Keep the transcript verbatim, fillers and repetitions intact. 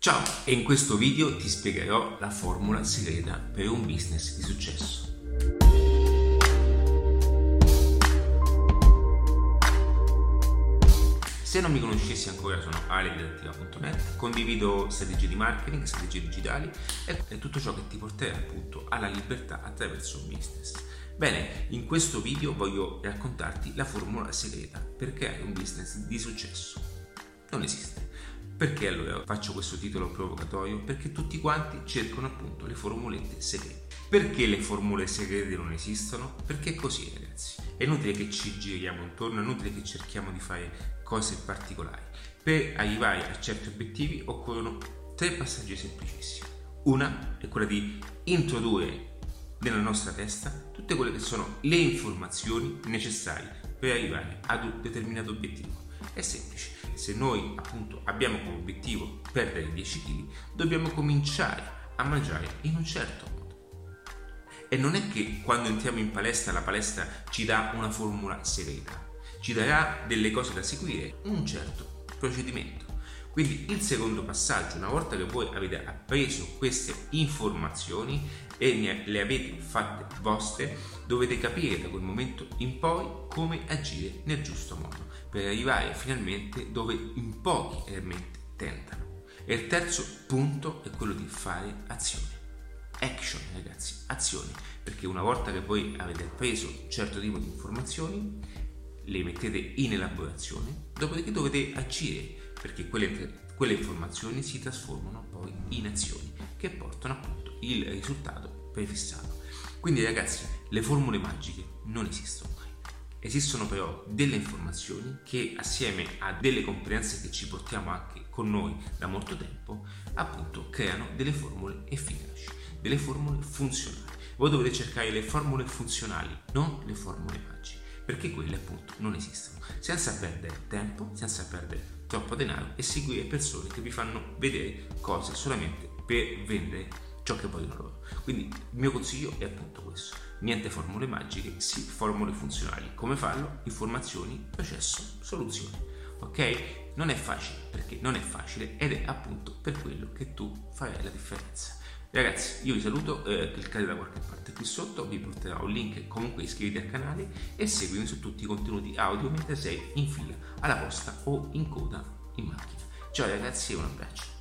Ciao, e in questo video ti spiegherò la formula segreta per un business di successo. Se non mi conoscessi ancora, sono ale di adattiva punto net, condivido strategie di marketing, strategie digitali e tutto ciò che ti porterà appunto alla libertà attraverso un business. Bene, in questo video voglio raccontarti la formula segreta per creare un business di successo. Non esiste. Perché allora faccio questo titolo provocatorio? Perché tutti quanti cercano appunto le formulette segrete. Perché le formule segrete non esistono? Perché è così, ragazzi. È inutile che ci giriamo intorno, è inutile che cerchiamo di fare cose particolari. Per arrivare a certi obiettivi occorrono tre passaggi semplicissimi. Una è quella di introdurre nella nostra testa tutte quelle che sono le informazioni necessarie per arrivare ad un determinato obiettivo. È semplice. Se noi appunto abbiamo come obiettivo perdere dieci chili, dobbiamo cominciare a mangiare in un certo modo. E non è che quando entriamo in palestra la palestra ci dà una formula segreta, ci darà delle cose da seguire, un certo procedimento. Quindi il secondo passaggio, una volta che voi avete appreso queste informazioni e le avete fatte vostre, dovete capire da quel momento in poi come agire nel giusto modo per arrivare finalmente dove in pochi realmente tentano. E il terzo punto è quello di fare azione. Action, ragazzi, azioni, perché una volta che voi avete preso un certo tipo di informazioni, le mettete in elaborazione, dopodiché dovete agire, perché quelle, quelle informazioni si trasformano poi in azioni che portano appunto il risultato prefissato. Quindi, ragazzi, le formule magiche non esistono mai. Esistono però delle informazioni che, assieme a delle competenze che ci portiamo anche con noi da molto tempo, appunto creano delle formule efficaci, delle formule funzionali. Voi dovete cercare le formule funzionali, non le formule magiche, perché quelle appunto non esistono, senza perdere tempo, senza perdere troppo denaro e seguire persone che vi fanno vedere cose solamente per vendere ciò che vogliono loro. Quindi il mio consiglio è appunto questo: niente formule magiche, sì formule funzionali. Come farlo? Informazioni, processo, soluzioni. Ok? Non è facile, perché non è facile ed è appunto per quello che tu farai la differenza. Ragazzi, io vi saluto, eh, cliccate da qualche parte qui sotto, vi porterò un link, comunque iscriviti al canale e seguimi su tutti i contenuti audio mentre sei in fila alla posta o in coda in macchina. Ciao ragazzi e un abbraccio.